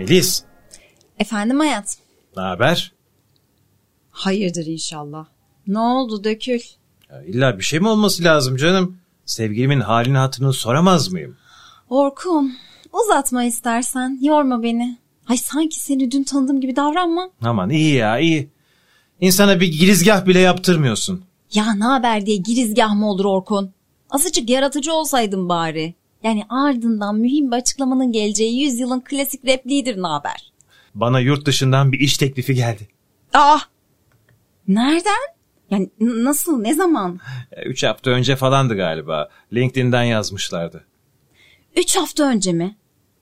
Melis. Efendim hayat. Ne haber? Hayırdır inşallah. Ne oldu Dökül? Ya illa bir şey mi olması lazım canım? Sevgilimin halini hatırını soramaz mıyım? Orkun, uzatma istersen. Yorma beni. Ay sanki seni dün tanıdığım gibi davranma. Aman iyi ya iyi. İnsana bir girizgah bile yaptırmıyorsun. Ya ne haber diye girizgah mı olur Orkun? Azıcık yaratıcı olsaydın bari. Yani ardından mühim bir açıklamanın geleceği yüzyılın klasik repliğidir ne haber? Bana yurt dışından bir iş teklifi geldi. Nereden? Yani nasıl, ne zaman? 3 hafta önce falandı galiba. LinkedIn'den yazmışlardı. 3 hafta önce mi?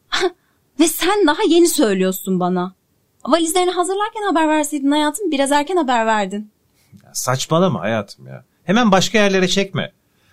Ve sen daha yeni söylüyorsun bana. Valizlerini hazırlarken haber verseydin hayatım, biraz erken haber verdin. Ya saçmalama hayatım ya. Hemen başka yerlere çekme.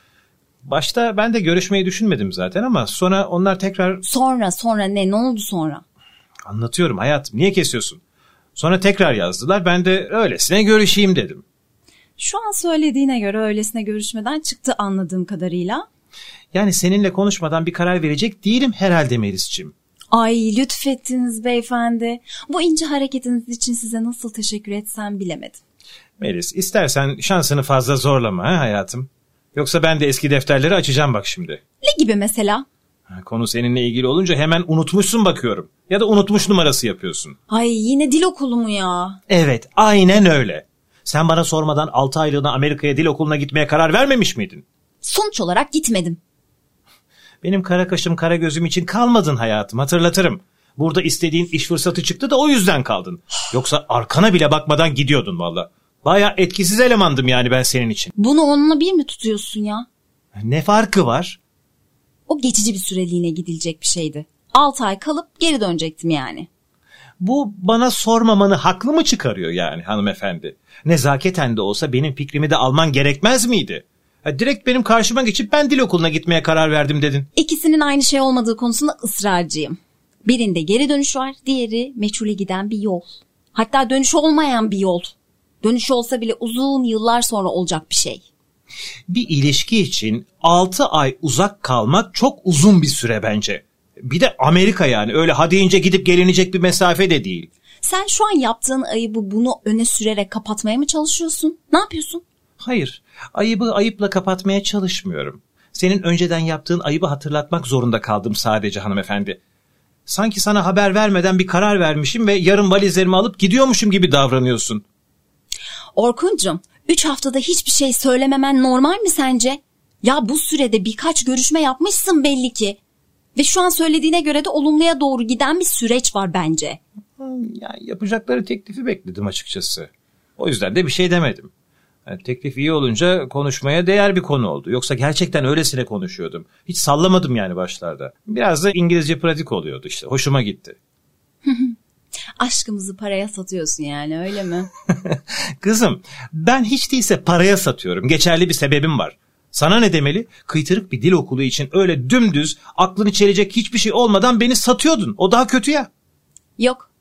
Başta ben de görüşmeyi düşünmedim zaten ama sonra onlar tekrar... Sonra ne oldu sonra? Anlatıyorum hayatım, niye kesiyorsun? Sonra tekrar yazdılar, ben de öylesine görüşeyim dedim. Şu an söylediğine göre öylesine görüşmeden çıktı anladığım kadarıyla. Yani seninle konuşmadan bir karar verecek değilim herhalde Melis'ciğim. Ay lütfettiniz beyefendi. Bu ince hareketiniz için size nasıl teşekkür etsem bilemedim. Melis, istersen şansını fazla zorlama hayatım. Yoksa ben de eski defterleri açacağım bak şimdi. Ne gibi mesela? Konu seninle ilgili olunca hemen unutmuşsun bakıyorum. Ya da unutmuş numarası yapıyorsun. Ay yine dil okulu mu ya? Evet, aynen öyle. Sen bana sormadan 6 aylığına Amerika'ya dil okuluna gitmeye karar vermemiş miydin? Sonuç olarak gitmedim. Benim kara kaşım kara gözüm için kalmadın hayatım, hatırlatırım. Burada istediğin iş fırsatı çıktı da o yüzden kaldın. Yoksa arkana bile bakmadan gidiyordun valla. Bayağı etkisiz elemandım yani ben senin için. Bunu onunla bir mi tutuyorsun ya? Ne farkı var? O geçici bir süreliğine gidilecek bir şeydi. 6 ay kalıp geri dönecektim yani. Bu bana sormamanı haklı mı çıkarıyor yani hanımefendi? Nezaketen de olsa benim fikrimi de alman gerekmez miydi? Direkt benim karşıma geçip ben dil okuluna gitmeye karar verdim dedin. İkisinin aynı şey olmadığı konusunda ısrarcıyım. Birinde geri dönüş var, diğeri meçhule giden bir yol. Hatta dönüş olmayan bir yol. Dönüş olsa bile uzun yıllar sonra olacak bir şey. Bir ilişki için 6 ay uzak kalmak çok uzun bir süre bence. Bir de Amerika yani öyle ha deyince gidip gelinecek bir mesafe de değil. Sen şu an yaptığın ayıbı bunu öne sürerek kapatmaya mı çalışıyorsun? Ne yapıyorsun? Hayır, ayıbı ayıpla kapatmaya çalışmıyorum. Senin önceden yaptığın ayıbı hatırlatmak zorunda kaldım sadece hanımefendi. Sanki sana haber vermeden bir karar vermişim ve yarın valizlerimi alıp gidiyormuşum gibi davranıyorsun. Orkuncuğum, 3 haftada hiçbir şey söylememen normal mi sence? Ya bu sürede birkaç görüşme yapmışsın belli ki. Ve şu an söylediğine göre de olumluya doğru giden bir süreç var bence. Ya yapacakları teklifi bekledim açıkçası. O yüzden de bir şey demedim. Yani teklif iyi olunca konuşmaya değer bir konu oldu. Yoksa gerçekten öylesine konuşuyordum. Hiç sallamadım yani başlarda. Biraz da İngilizce pratik oluyordu işte. Hoşuma gitti. Aşkımızı paraya satıyorsun yani öyle mi? Kızım ben hiç değilse paraya satıyorum. Geçerli bir sebebim var. Sana ne demeli? Kıytırık bir dil okulu için öyle dümdüz aklını çelecek hiçbir şey olmadan beni satıyordun. O daha kötü ya. Yok.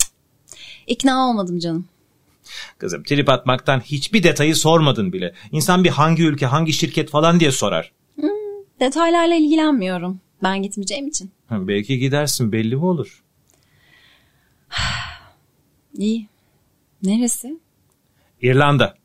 İkna olmadım canım. Kızım trip atmaktan hiçbir detayı sormadın bile. İnsan bir hangi ülke hangi şirket falan diye sorar. Detaylarla ilgilenmiyorum. Ben gitmeyeceğim için. Belki gidersin belli mi olur? İyi. Neresi? İrlanda.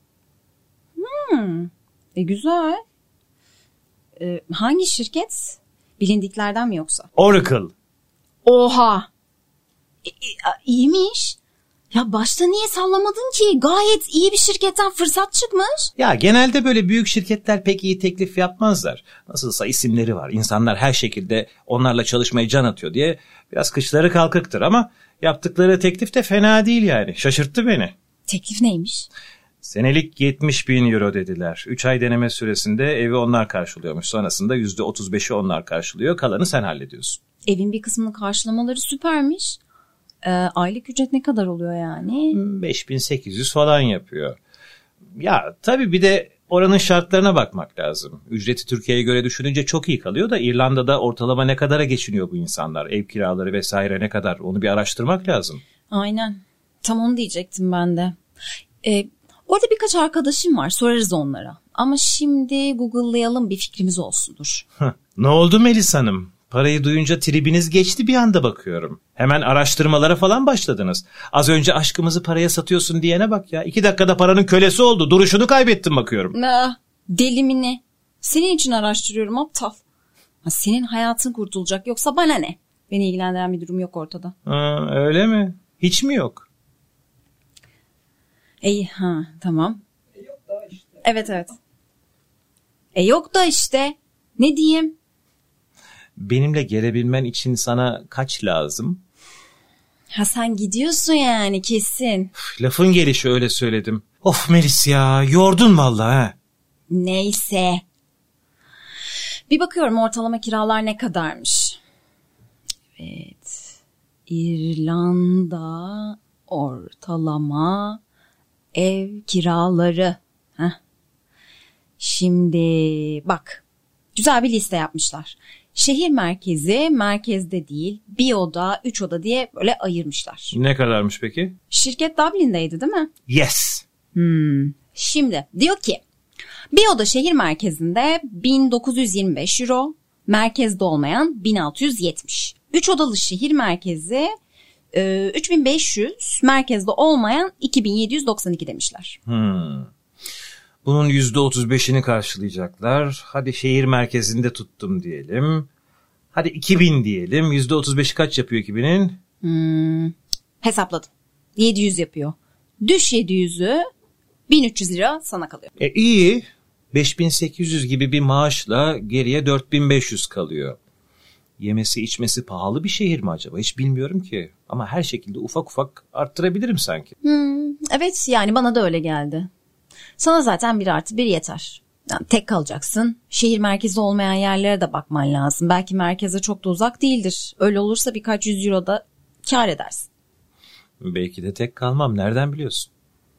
Güzel. Hangi şirket? Bilindiklerden mi yoksa? Oracle. Oha. İyiymiş. Ya başta niye sallamadın ki? Gayet iyi bir şirketten fırsat çıkmış. Ya genelde böyle büyük şirketler pek iyi teklif yapmazlar. Nasılsa isimleri var. İnsanlar her şekilde onlarla çalışmaya can atıyor diye biraz kışları kalkıktır ama yaptıkları teklif de fena değil yani. Şaşırttı beni. Teklif neymiş? Senelik 70.000 euro dediler. 3 ay deneme süresinde evi onlar karşılıyormuş. Sonrasında %35'i onlar karşılıyor. Kalanı sen hallediyorsun. Evin bir kısmını karşılamaları süpermiş. Aylık ücret ne kadar oluyor yani? 5.800 falan yapıyor. Ya tabii bir de oranın şartlarına bakmak lazım. Ücreti Türkiye'ye göre düşününce çok iyi kalıyor da İrlanda'da ortalama ne kadara geçiniyor bu insanlar? Ev kiraları vesaire ne kadar? Onu bir araştırmak lazım. Aynen. Tam onu diyecektim ben de. Orada birkaç arkadaşım var. Sorarız onlara. Ama şimdi Google'layalım bir fikrimiz olsun dur. Ne oldu Melis Hanım? Parayı duyunca tribiniz geçti bir anda bakıyorum. Hemen araştırmalara falan başladınız. Az önce aşkımızı paraya satıyorsun diyene bak ya. 2 dakikada paranın kölesi oldu. Duruşunu kaybettim bakıyorum. Deli mi ne? Senin için araştırıyorum aptal. Senin hayatın kurtulacak yoksa bana ne? Beni ilgilendiren bir durum yok ortada. Öyle mi? Hiç mi yok? Tamam. Yok da işte. Evet. Yok da işte. Ne diyeyim? Benimle gelebilmen için sana kaç lazım? Sen gidiyorsun yani kesin. Lafın gelişi öyle söyledim. Of Melis ya, yordun vallahi ha. Neyse. Bir bakıyorum ortalama kiralar ne kadarmış. Evet. İrlanda ortalama ev kiraları. Şimdi bak. Güzel bir liste yapmışlar. Şehir merkezi, merkezde değil, bir oda, 3 oda diye böyle ayırmışlar. Ne kadarmış peki? Şirket Dublin'deydi değil mi? Yes. Şimdi diyor ki bir oda şehir merkezinde 1925 euro, merkezde olmayan 1670. 3 odalı şehir merkezi 3500, merkezde olmayan 2792 demişler. Bunun %35'ini karşılayacaklar. Hadi şehir merkezinde tuttum diyelim. Hadi 2000 diyelim. %35'i kaç yapıyor 2000'in? Hesapladım. 700 yapıyor. Düş 700'ü 1300 lira sana kalıyor. İyi. 5800 gibi bir maaşla geriye 4500 kalıyor. Yemesi içmesi pahalı bir şehir mi acaba? Hiç bilmiyorum ki. Ama her şekilde ufak ufak arttırabilirim sanki. Evet yani bana da öyle geldi. Sana zaten 1+1 yeter. Yani tek kalacaksın. Şehir merkezi olmayan yerlere de bakman lazım. Belki merkeze çok da uzak değildir. Öyle olursa birkaç 100 euro da kar edersin. Belki de tek kalmam. Nereden biliyorsun?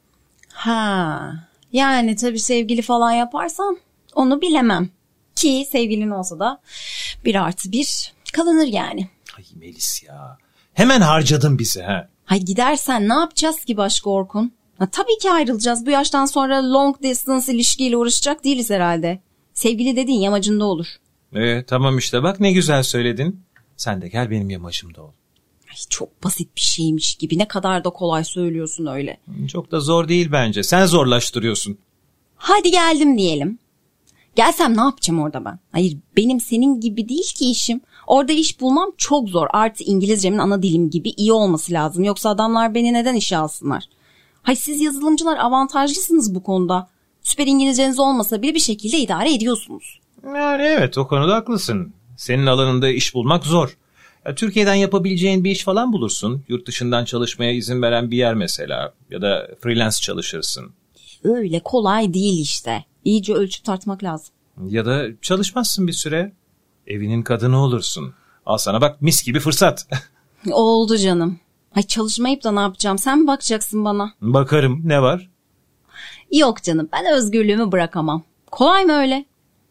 Yani tabii sevgili falan yaparsan onu bilemem. Ki sevgilin olsa da 1+1 kalınır yani. Ay Melis ya. Hemen harcadın bizi ha. Gidersen ne yapacağız ki başka Orkun? Tabii ki ayrılacağız. Bu yaştan sonra long distance ilişkiyle uğraşacak değiliz herhalde. Sevgili dediğin yamacında olur. Tamam işte bak ne güzel söyledin. Sen de gel benim yamacımda ol. Çok basit bir şeymiş gibi. Ne kadar da kolay söylüyorsun öyle. Çok da zor değil bence. Sen zorlaştırıyorsun. Hadi geldim diyelim. Gelsem ne yapacağım orada ben? Hayır benim senin gibi değil ki işim. Orada iş bulmam çok zor. Artı İngilizcemin ana dilim gibi iyi olması lazım. Yoksa adamlar beni neden işe alsınlar? Siz yazılımcılar avantajlısınız bu konuda. Süper İngilizceniz olmasa bile bir şekilde idare ediyorsunuz. Yani evet o konuda haklısın. Senin alanında iş bulmak zor. Türkiye'den yapabileceğin bir iş falan bulursun. Yurt dışından çalışmaya izin veren bir yer mesela. Ya da freelance çalışırsın. Öyle kolay değil işte. İyice ölçüp tartmak lazım. Ya da çalışmazsın bir süre. Evinin kadını olursun. Al sana bak mis gibi fırsat. Oldu canım. Çalışmayıp da ne yapacağım? Sen mi bakacaksın bana? Bakarım. Ne var? Yok canım. Ben özgürlüğümü bırakamam. Kolay mı öyle?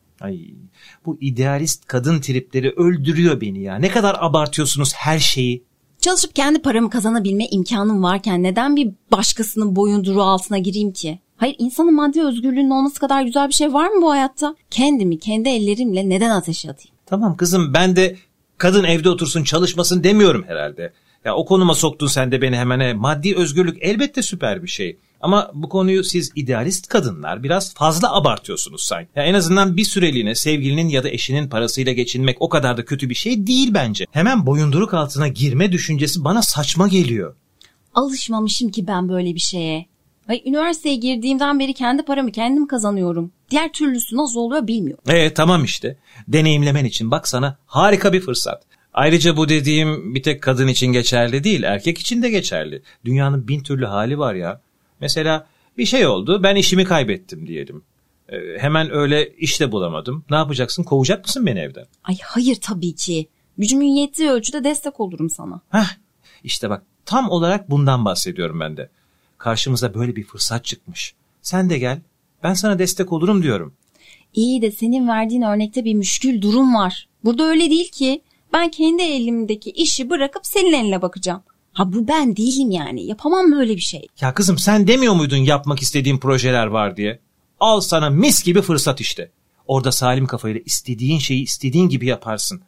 Bu idealist kadın tripleri öldürüyor beni ya. Ne kadar abartıyorsunuz her şeyi. Çalışıp kendi paramı kazanabilme imkanım varken neden bir başkasının boyunduruğu altına gireyim ki? Hayır insanın maddi özgürlüğünün olması kadar güzel bir şey var mı bu hayatta? Kendimi kendi ellerimle neden ateşe atayım? Tamam kızım ben de kadın evde otursun çalışmasın demiyorum herhalde. Ya o konuma soktun sen de beni hemen. Maddi özgürlük elbette süper bir şey. Ama bu konuyu siz idealist kadınlar biraz fazla abartıyorsunuz sanki. Ya en azından bir süreliğine sevgilinin ya da eşinin parasıyla geçinmek o kadar da kötü bir şey değil bence. Hemen boyunduruk altına girme düşüncesi bana saçma geliyor. Alışmamışım ki ben böyle bir şeye. Üniversiteye girdiğimden beri kendi paramı kendim kazanıyorum. Diğer türlüsü nasıl oluyor bilmiyorum. Tamam işte. Deneyimlemen için bak sana harika bir fırsat. Ayrıca bu dediğim bir tek kadın için geçerli değil, erkek için de geçerli. Dünyanın 1000 türlü hali var ya. Mesela bir şey oldu, ben işimi kaybettim diyelim. Hemen öyle iş de bulamadım. Ne yapacaksın? Kovacak mısın beni evden? Hayır tabii ki. Gücümün yettiği ölçüde destek olurum sana. İşte bak tam olarak bundan bahsediyorum ben de. Karşımıza böyle bir fırsat çıkmış. Sen de gel, ben sana destek olurum diyorum. İyi de senin verdiğin örnekte bir müşkül durum var. Burada öyle değil ki. Ben kendi elimdeki işi bırakıp senin eline bakacağım. Bu ben değilim yani. Yapamam böyle bir şey. Ya kızım sen demiyor muydun yapmak istediğin projeler var diye? Al sana mis gibi fırsat işte. Orada salim kafayla istediğin şeyi istediğin gibi yaparsın.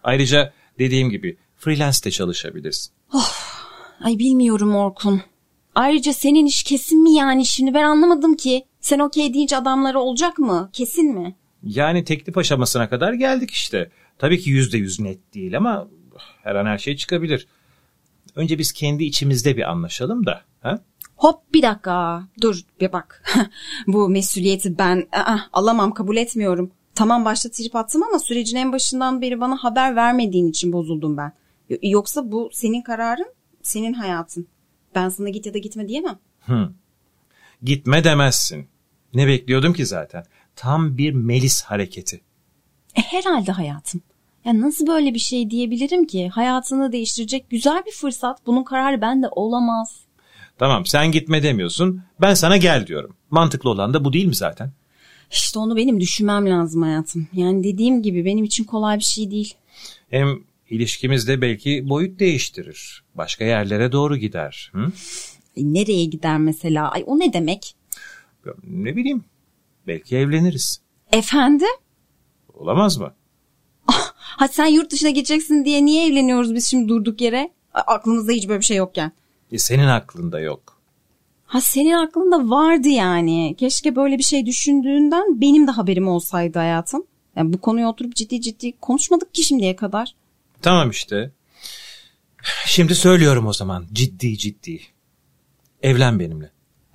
Ayrıca dediğim gibi freelance de çalışabilirsin. Ay bilmiyorum Orkun. Ayrıca senin iş kesin mi yani şimdi ben anlamadım ki. Sen okey deyince adamları olacak mı? Kesin mi? Yani teklif aşamasına kadar geldik işte. Tabii ki %100 net değil ama her an her şey çıkabilir. Önce biz kendi içimizde bir anlaşalım da. Ha? Hop bir dakika dur bir bak. Bu mesuliyeti ben alamam, kabul etmiyorum. Tamam başta trip attım ama sürecin en başından beri bana haber vermediğin için bozuldum ben. Yoksa bu senin kararın, senin hayatın. Ben sana git ya da gitme diyemem. Gitme demezsin. Ne bekliyordum ki zaten? Tam bir Melis hareketi. Herhalde hayatım. Ya nasıl böyle bir şey diyebilirim ki? Hayatını değiştirecek güzel bir fırsat. Bunun kararı bende olamaz. Tamam sen gitme demiyorsun. Ben sana gel diyorum. Mantıklı olan da bu değil mi zaten? İşte onu benim düşünmem lazım hayatım. Yani dediğim gibi benim için kolay bir şey değil. Hem ilişkimiz de belki boyut değiştirir. Başka yerlere doğru gider. Hı? Nereye gider mesela? Ay o ne demek? Ne bileyim. Belki evleniriz. Efendim? Olamaz mı? Hadi sen yurt dışına gideceksin diye niye evleniyoruz biz şimdi durduk yere? Aklımızda hiç böyle bir şey yokken. Senin aklında yok. Ha senin aklında vardı yani. Keşke böyle bir şey düşündüğünden benim de haberim olsaydı hayatım. Yani bu konuyu oturup ciddi ciddi konuşmadık ki şimdiye kadar. Tamam işte. Şimdi söylüyorum o zaman. Ciddi ciddi. Evlen benimle.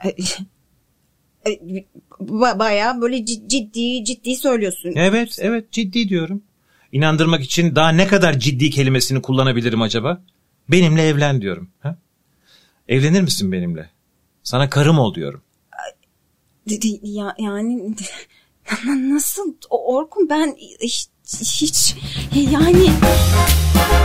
Bayağı böyle ciddi söylüyorsun. Evet ciddi diyorum. İnandırmak için daha ne kadar ciddi kelimesini kullanabilirim acaba? Benimle evlen diyorum. Ha? Evlenir misin benimle? Sana karım ol diyorum. Yani nasıl Orkun ben hiç yani...